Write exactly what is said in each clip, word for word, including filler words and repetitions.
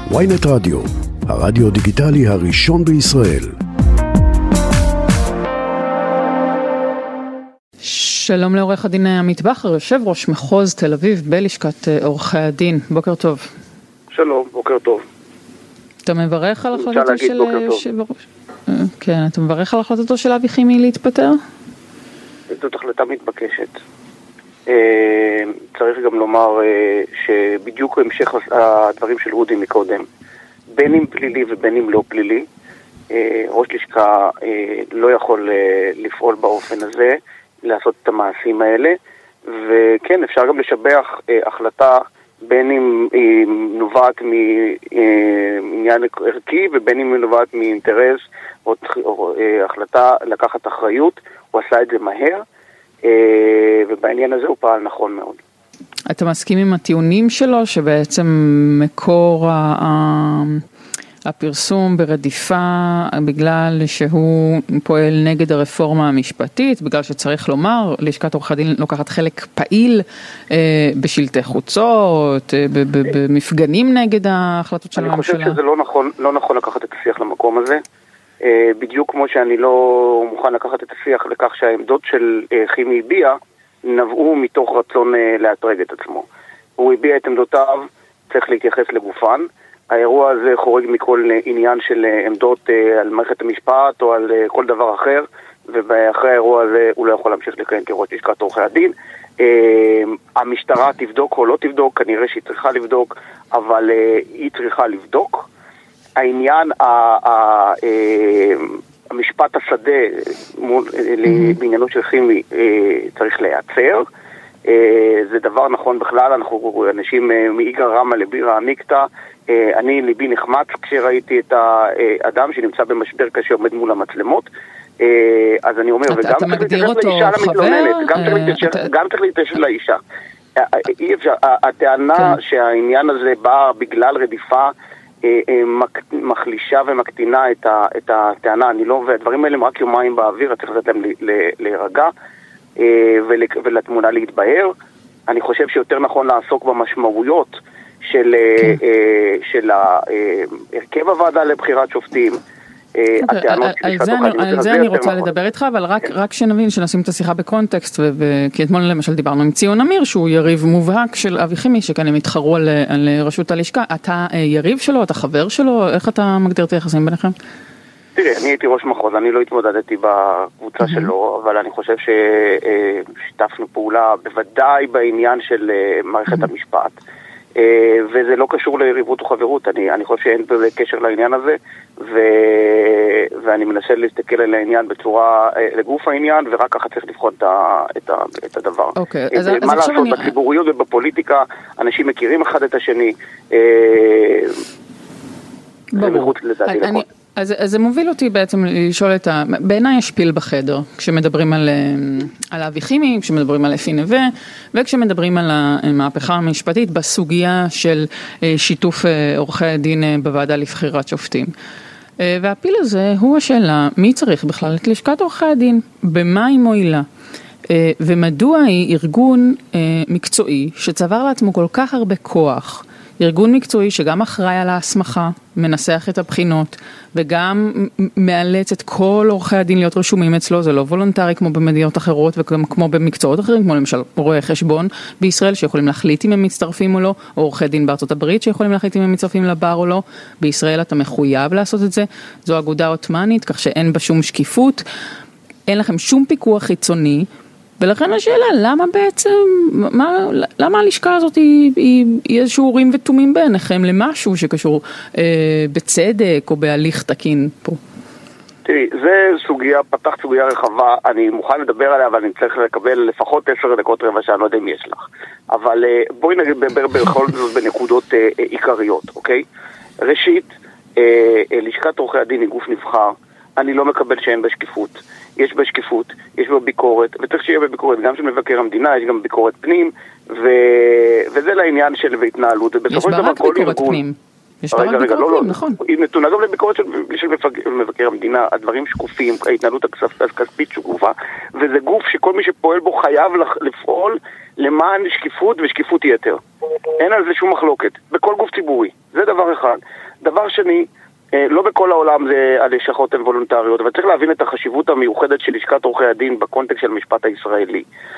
וויינט רדיו, הרדיו דיגיטלי הראשון בישראל. שלום לעורך הדין עמית בכר, יושב ראש מחוז תל אביב בלשכת עורכי הדין. בוקר טוב. שלום, בוקר טוב. אתה מברך על החלטתו של יושב ראש? כן, אתה מברך על החלטתו של אבי חימי להתפטר? זאת החלטה מתבקשת. צריך גם לומר שבדיוק המשך הדברים של רודי מקודם, בין אם פלילי ובין אם לא פלילי, ראש לשכה לא יכול לפעול באופן הזה, לעשות את המעשים האלה, וכן, אפשר גם לשבח החלטה בין אם היא נובעת מעניין ערכי ובין אם היא נובעת מאינטרס או, או החלטה לקחת אחריות. הוא עשה את זה מהר, ובעניין הזה הוא פעל נכון מאוד. אתה מסכים עם הטיעונים שלו שבעצם מקור הפרסום ברדיפה בגלל שהוא פועל נגד הרפורמה המשפטית, בגלל שצריך לומר, לשכת עורכי הדין לוקחת חלק פעיל בשלטי חוצות, במפגנים נגד ההחלטות של הממשלה? אני חושב שזה לא נכון, לא נכון לקחת את השיח למקום הזה. בדיוק כמו שאני לא מוכן לקחת את השיח לכך שהעמדות של חימי הביע נבעו מתוך רצון להטרג את עצמו. הוא הביע את עמדותיו, צריך להתייחס לגופן. האירוע הזה חורג מכל עניין של עמדות על מערכת המשפט או על כל דבר אחר, ואחרי האירוע הזה הוא לא יכול להמשיך לכהן כראש לשכת עורכי הדין. המשטרה תבדוק או לא תבדוק, כנראה שהיא צריכה לבדוק, אבל היא צריכה לבדוק. העניין, המשפט השדה בעניינו של חימי צריך להיעצר. זה דבר נכון בכלל, אנחנו אנשים מאיגרא רמא לבירא עמיקתא. אני ליבי נחמץ כשראיתי את האדם שנמצא במשבר קשה עומד מול המצלמות. אז אני אומר, וגם צריך להתייחס לאישה למתלוננת, גם צריך להתייחס לאישה. אי אפשר, הטענה שהעניין הזה בא בגלל רדיפה מחלישה ומקטינה את הטענה, אני לא, והדברים האלה רק יומיים באוויר, צריך לתת להם להירגע ולתמונה להתבהר. אני חושב שיותר נכון לעסוק במשמעויות של של הרכב הוועדה לבחירת שופטים. על זה אני רוצה לדבר איתך, אבל רק שנבין, שנשים את השיחה בקונטקסט, כי אתמול למשל דיברנו עם ציון אמיר, שהוא יריב מובהק של אבי חימי, שכאן הם התחרו על ראשות הלשכה. אתה יריב שלו, אתה חבר שלו, איך אתה מגדיר את היחסים ביניכם? תראה, אני הייתי ראש מחוז, אני לא התמודדתי בקבוצה שלו, אבל אני חושב ששיתפנו פעולה בוודאי בעניין של מערכת המשפט. וזה לא קשור ליריבות או חברות, אני, אני חושב שאין בזה קשר לעניין הזה, ו, ואני מנסה להסתכל על העניין בצורה, לגוף העניין, ורק ככה צריך לבחון את, ה, את, ה, את הדבר. אוקיי, אז, מה אז לעשות, אני... בציבוריות ובפוליטיקה, אנשים מכירים אחד את השני, זה מחוץ לדעתי לכל. אז, אז זה מוביל אותי בעצם לשאול את ה... בעיניי יש פיל בחדר, כשמדברים על, על אבי חימי, כשמדברים על אפי נווה, וכשמדברים על המהפכה המשפטית בסוגיה של שיתוף עורכי הדין בוועדה לבחירת שופטים. והפיל הזה הוא השאלה, מי צריך בכלל את לשכת עורכי הדין? במה היא מועילה? ומדוע היא ארגון מקצועי שצבר לעצמו כל כך הרבה כוח, ארגון מקצועי שגם אחראי על ההסמכה, מנסח את הבחינות, וגם מאלץ את כל עורכי הדין להיות רשומים אצלו, זה לא וולונטרי כמו במדינות אחרות, וגם כמו במקצועות אחרים, כמו למשל רואי חשבון בישראל, שיכולים להחליט אם הם מצטרפים או לא, או עורכי דין בארצות הברית, שיכולים להחליט אם הם מצטרפים לבר או לא. בישראל אתה מחויב לעשות את זה, זו אגודה עות'מאנית, כך שאין בה שום שקיפות, אין לכם שום פיקוח חיצוני, ולכן השאלה, למה בעצם, מה, למה הלשכה הזאת היא, היא, היא איזשהו אורים ותומים בעיניכם למשהו שקשור אה, בצדק או בהליך תקין פה? תראי, זה סוגיה, פתח סוגיה רחבה, אני מוכן לדבר עליה, אבל אני צריך לקבל לפחות עשר דקות רבע שעה, לא יודע אם יש לך. אבל אה, בואי נדבר בכל זאת בנקודות אה, אה, עיקריות, אוקיי? ראשית, אה, אה, לשכת עורכי הדין היא גוף נבחר, אני לא מקבל שאין בה שקיפות. יש בה שקיפות, יש בה ביקורת, וצריך שיהיה בביקורת, גם של מבקר המדינה, יש גם ביקורת פנים, ו... וזה לעניין של התנהלות. יש בה רק ביקורת פנים. יש בה רק ביקורת פנים, נכון. היא נתונה גם לביקורת של מבקר המדינה, הדברים שקופים, ההתנהלות הכספית שקופה, וזה גוף שכל מי שפועל בו חייב לפעול למען שקיפות ושקיפות יתר. אין על זה שום מחלוקת, בכל גוף ציבורי. זה דבר אחד. דבר שני, לא בכל העולם זה הלשכות הן וולונטריות, אבל צריך להבין את החשיבות המיוחדת של לשכת עורכי הדין בקונטקסט של המשפט הישראלי.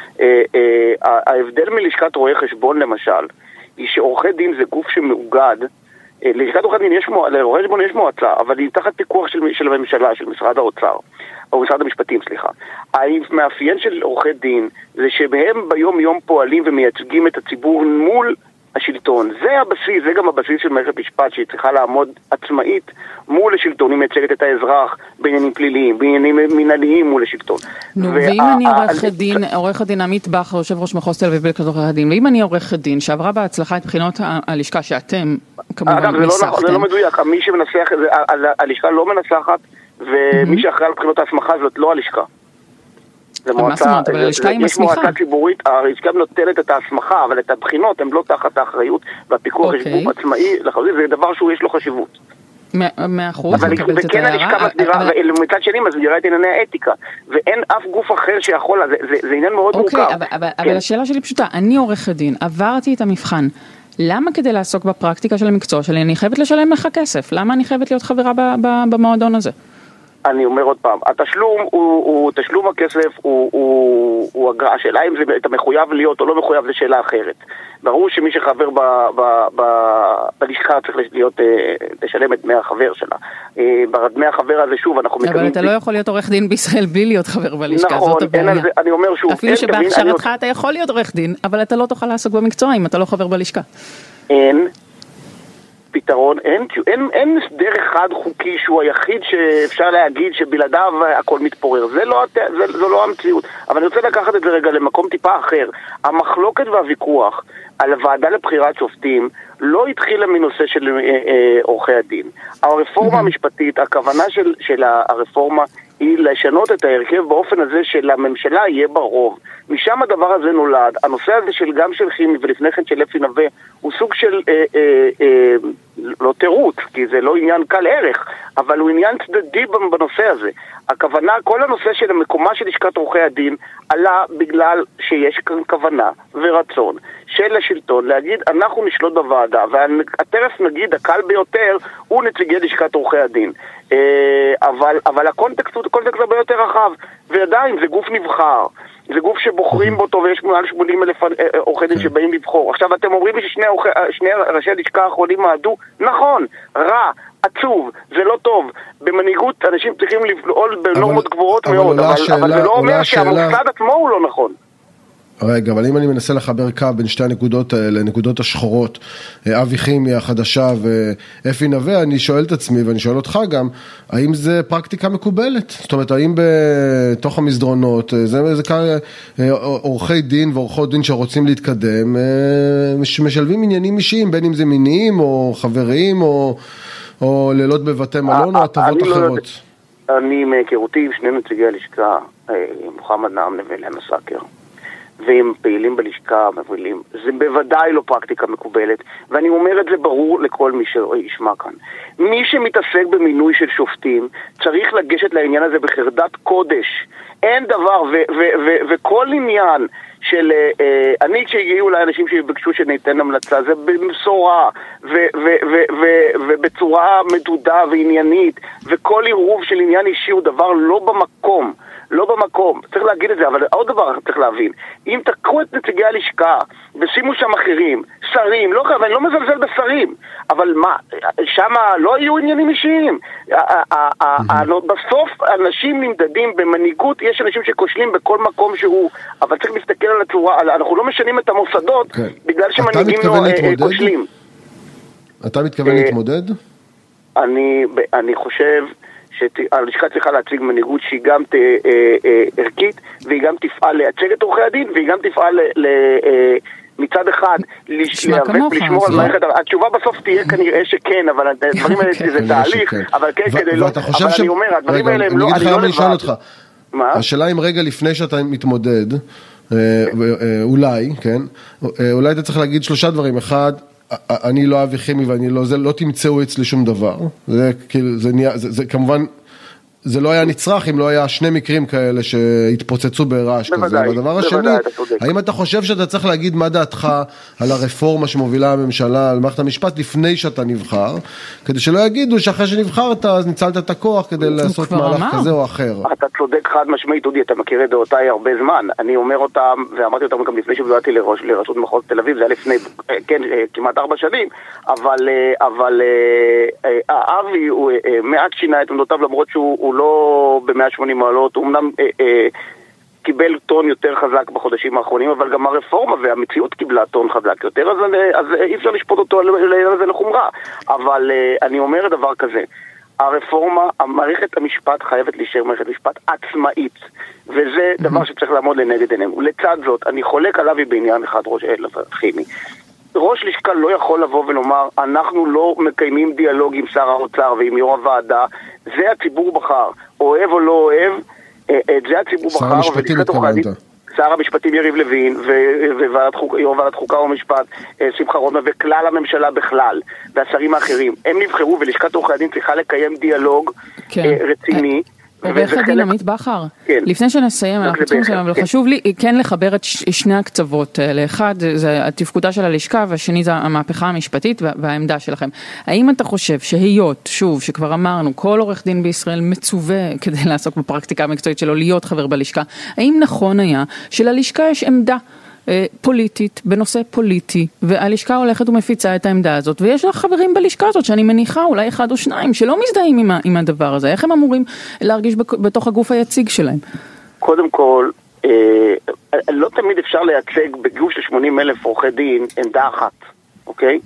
ההבדל מלשכת רואי חשבון למשל, היא שעורכי דין זה גוף שמאוגד, ללשכת עורכי דין יש מועצה, לעורכי חשבון יש מועצה, אבל היא תחת פיקוח של, של הממשלה, של משרד האוצר, או משרד המשפטים, סליחה. המאפיין של עורכי דין זה שהם ביום יום פועלים ומייצגים את הציבור מול השלטון. זה הבסיס, זה גם הבסיס של מערכת משפט שהיא צריכה לעמוד עצמאית מול השלטון, היא מייצגת את האזרח בעניינים פליליים, בעניינים מנהליים מול השלטון. נו, ואם אני עורך הדין, עורך הדין עמית בכר, יושב ראש מחוז תל אביב בלשכת עורכי הדין, ואם אני עורך הדין שעברה בהצלחה את בחינות הלשכה שאתם כמובן ניסחתם. זה לא מדויק, מי שמנסח, הלשכה לא מנסחת, ומי שאחראי על בחינות ההסמכה זאת לא הלשכה. מה זאת אומרת? אבל הלשכה היא מסמיכה. יש מועצה ציבורית, הלשכה נוטלת את ההסמכה, אבל את הבחינות הן לא תחת האחריות, והפיקוח יש גוף עצמאי, זה דבר שהוא יש לו חשיבות. מאחוז, מקבלת את ההערה. וכן הלשכה מסדירה, ומצד שני מסדירה את ענייני האתיקה, ואין אף גוף אחר שיכול, זה עניין מאוד מורכב. אוקיי, אבל השאלה שלי פשוטה, אני עורך הדין, עברתי את המבחן, למה כדי לעסוק בפרקטיקה של המקצוע שלי, אני חייבת לשלם לך כסף? למה אני חייבת להיות חברה במועדון הזה? אני אומר עוד פעם, התשלום הוא, הוא תשלום הכסף, הוא, הוא, הוא אגרה. השאלה אם זה, אתה מחויב להיות או לא מחויב, זה שאלה אחרת. ברור שמי שחבר ב, ב, ב, בלשכה צריך להיות, לשלם את דמי החבר שלה. בדמי החבר הזה שוב, אנחנו מקבלים... אבל אתה לא יכול להיות עורך דין בישראל בלי להיות חבר בלשכה, נכון, זאת הבעיה. זה, אני אומר שוב... אפילו שבהכשרתך אתה יכול להיות עורך דין, אבל אתה לא תוכל לעסוק במקצוע אם אתה לא חבר בלשכה. אין. פתרון, אין, אין, אין הסדר אחד חוקי שהוא היחיד שאפשר להגיד שבלעדיו הכל מתפורר. זה לא, זה, זה לא המציאות. אבל אני רוצה לקחת את זה רגע למקום טיפה אחר. המחלוקת והוויכוח על הוועדה לבחירת שופטים לא התחילה מנושא של אה, אה, עורכי הדין. הרפורמה המשפטית, הכוונה של, של הרפורמה היא לשנות את ההרכב באופן הזה שלממשלה יהיה ברוב. משם הדבר הזה נולד. הנושא הזה של גם של כימי ולפני כן של אפי נווה הוא סוג של אה, אה, אה, לא תירוץ, כי זה לא עניין קל ערך, אבל הוא עניין צדדי בנושא הזה. הכוונה, כל הנושא של המקומה של לשכת עורכי הדין עלה בגלל שיש כאן כוונה ורצון של השלטון להגיד אנחנו נשלוט בוועדה, והטרף נגיד הקל ביותר הוא נציגי לשכת עורכי הדין. אבל, אבל הקונטקסט הוא קונטקסט הרבה יותר רחב, ועדיין זה גוף נבחר. זה גוף שבוחרים בו ויש מעל שמונים אלף עורכי דין שבאים לבחור. עכשיו אתם אומרים לי ששני ראשי הלשכה האחרונים מעדו, נכון, רע, עצוב, זה לא טוב. במנהיגות אנשים צריכים לפעול בנורמות גבוהות מאוד, אבל זה לא אומר שהמוסד עצמו הוא לא נכון. רגע, אבל אם אני מנסה לחבר קו בין שתי הנקודות האלה, נקודות השחורות, אבי חימי החדשה ואפי נווה, אני שואל את עצמי ואני שואל אותך גם, האם זה פרקטיקה מקובלת? זאת אומרת, האם בתוך המסדרונות, זה, זה כאן עורכי דין ועורכות דין שרוצים להתקדם, משלבים עניינים אישיים, בין אם זה מיניים או חבריים או, או לילות בבתי מלון או הטבות אחרות? אני מהיכרותי עם שני נציגי הלשכה, מוחמד נעם ואילן סאקר. והם פעילים בלשכה, מברילים. זה בוודאי לא פרקטיקה מקובלת, ואני אומר את זה ברור לכל מי שישמע כאן. מי שמתעסק במינוי של שופטים, צריך לגשת לעניין הזה בחרדת קודש. אין דבר, ו- ו- ו- וכל עניין של, אה, אני כשהגיעו לאנשים שבקשו שניתן המלצה, זה במסורה, ו- ו- ו- ו- ובצורה מדודה ועניינית, וכל עירוב של עניין אישי הוא דבר לא במקום. לא במקום, צריך להגיד את זה, אבל עוד דבר צריך להבין, אם תקחו את נציגי הלשכה ושימו שם אחרים, שרים, לא, ואני לא מזלזל בשרים, אבל מה, שם לא יהיו עניינים אישיים. בסוף אנשים נמדדים במנהיגות, יש אנשים שכושלים בכל מקום שהוא, אבל צריך להסתכל על הצורה, אנחנו לא משנים את המוסדות בגלל שמנהיגים כושלים. אתה מתכוון להתמודד? אני חושב שהלשכה צריכה להציג מנהיגות שהיא גם ערכית, והיא גם תפעל לייצג את עורכי הדין, והיא גם תפעל מצד אחד לשמור על מערכת. התשובה בסוף תהיה כנראה שכן, אבל הדברים האלה זה תהליך, אבל כן כדי לא, אבל אני אומר, הדברים האלה הם לא, אני לא לבד. השאלה אם רגע לפני שאתה מתמודד, אולי, כן, אולי אתה צריך להגיד שלושה דברים. אחד, אני לא אבי חימי ואני לא, זה לא תמצאו אצלי שום דבר. זה כאילו, זה נהיה, זה, זה כמובן, זה לא היה נצרך אם לא היה שני מקרים כאלה שהתפוצצו ברעש כזה. והדבר השני, האם אתה חושב שאתה צריך להגיד מה דעתך על הרפורמה שמובילה הממשלה, על מערכת המשפט, לפני שאתה נבחר, כדי שלא יגידו שאחרי שנבחרת אז ניצלת את הכוח כדי לעשות מהלך כזה או אחר? אתה צודק חד משמעית, דודי, אתה מכיר את דעותיי הרבה זמן. אני אומר אותם, ואמרתי אותם גם לפני שבדעתי לרשות מחוז תל אביב, זה היה לפני, כן, כמעט ארבע שנים, אבל, אבל אבי הוא מעט שינה את עמדותיו, למרות שהוא לא ב-מאה ושמונים מעלות, הוא אמנם אה, אה, קיבל טון יותר חזק בחודשים האחרונים, אבל גם הרפורמה והמציאות קיבלה טון חזק יותר, אז, אז אי אפשר לשפוט אותו לעניין הזה לחומרה. אבל אה, אני אומר דבר כזה, הרפורמה, המערכת המשפט חייבת להישאר מערכת משפט עצמאית, וזה דבר שצריך לעמוד לנגד עינינו. לצד זאת, אני חולק עליו בעניין אחד, ראש חימי. ראש לשכה לא יכול לבוא ולומר, אנחנו לא מקיימים דיאלוג עם שר האוצר ועם יו"ר הוועדה, זה הציבור בחר, אוהב או לא אוהב, את זה הציבור בחר. שר המשפטים התכוונת. שר המשפטים יריב לוין, ויו"ר ועדת חוקה ומשפט, שמחה רוטמן, וכלל הממשלה בכלל, והשרים האחרים, הם נבחרו, ולשכת עורכי הדין צריכה לקיים דיאלוג רציני, עורך הדין עמית בכר, לפני שנסיים, אנחנו צריכים לסיים, אבל חשוב לי כן לחבר את שני הקצוות האלה. אחד, זה התפקודה של הלשכה, והשני זה המהפכה המשפטית והעמדה שלכם. האם אתה חושב שהיות, שוב, שכבר אמרנו, כל עורך דין בישראל מצווה כדי לעסוק בפרקטיקה המקצועית שלו, להיות חבר בלשכה, האם נכון היה שללשכה יש עמדה פוליטית, בנושא פוליטי, והלשכה הולכת ומפיצה את העמדה הזאת, ויש לך חברים בלשכה הזאת, שאני מניחה אולי אחד או שניים, שלא מזדהים עם, עם הדבר הזה. איך הם אמורים להרגיש בתוך הגוף היציג שלהם? קודם כל, אה, לא תמיד אפשר לייצג בגוף של שמונים אלף עורכי דין עמדה אחת, אוקיי?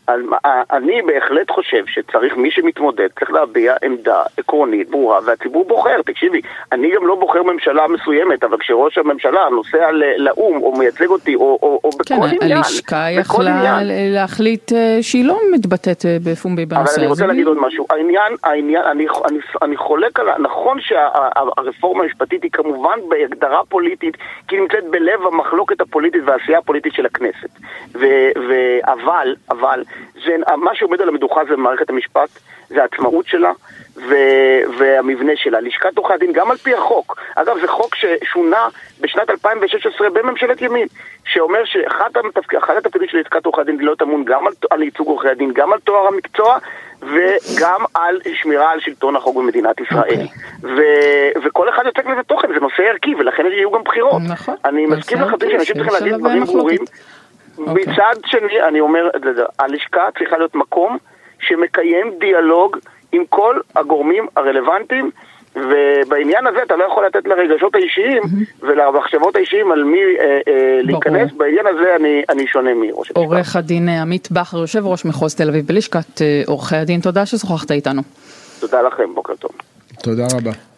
אני בהחלט חושב שצריך מי שמתמודד, צריך להביע עמדה עקרונית, ברורה, והציבור בוחר. תקשיבי, אני גם לא בוחר ממשלה מסוימת, אבל כשראש הממשלה נוסע לאום או מייצג אותי, או, או, או בכל כן, עניין. כן, הלשכה יכלה להחליט שהיא לא מתבטאת בפומבי בנושא הזה. אבל אני רוצה להגיד עוד משהו. העניין, העניין, אני, אני, אני חולק על, נכון שהרפורמה המשפטית היא כמובן בהגדרה פוליטית, כי היא נמצאת בלב המחלוקת הפוליטית והעשייה הפוליטית של הכנסת. ו, ו, אבל, אבל, זה, מה שעומד על המדוכה זה מערכת המשפט, זה העצמאות שלה ו, והמבנה שלה. לשכת עורכי הדין, גם על פי החוק, אגב זה חוק ששונה בשנת אלפיים ושש עשרה בממשלת ימין, שאומר שאחד התפקידים של לשכת עורכי הדין לא תמון גם על, על ייצוג עורכי הדין, גם על תואר המקצוע וגם על שמירה על שלטון החוק במדינת ישראל. Okay. ו, וכל אחד יוצק לזה תוכן, זה נושא ערכי, ולכן יהיו גם בחירות. נכון. אני מסכים לחלוטין שאנשים צריכים להגיד דברים ברורים. מצד שני, אני אומר, הלשכה צריכה להיות מקום שמקיים דיאלוג עם כל הגורמים הרלוונטיים, ובעניין הזה אתה לא יכול לתת לרגשות האישיים ולמחשבות האישיים על מי להיכנס. בעניין הזה אני שונה מראש המשפט. עורך הדין עמית בכר, יושב ראש מחוז תל אביב בלשכת עורכי הדין, תודה ששוחחת איתנו. תודה לכם, בוקר טוב. תודה רבה.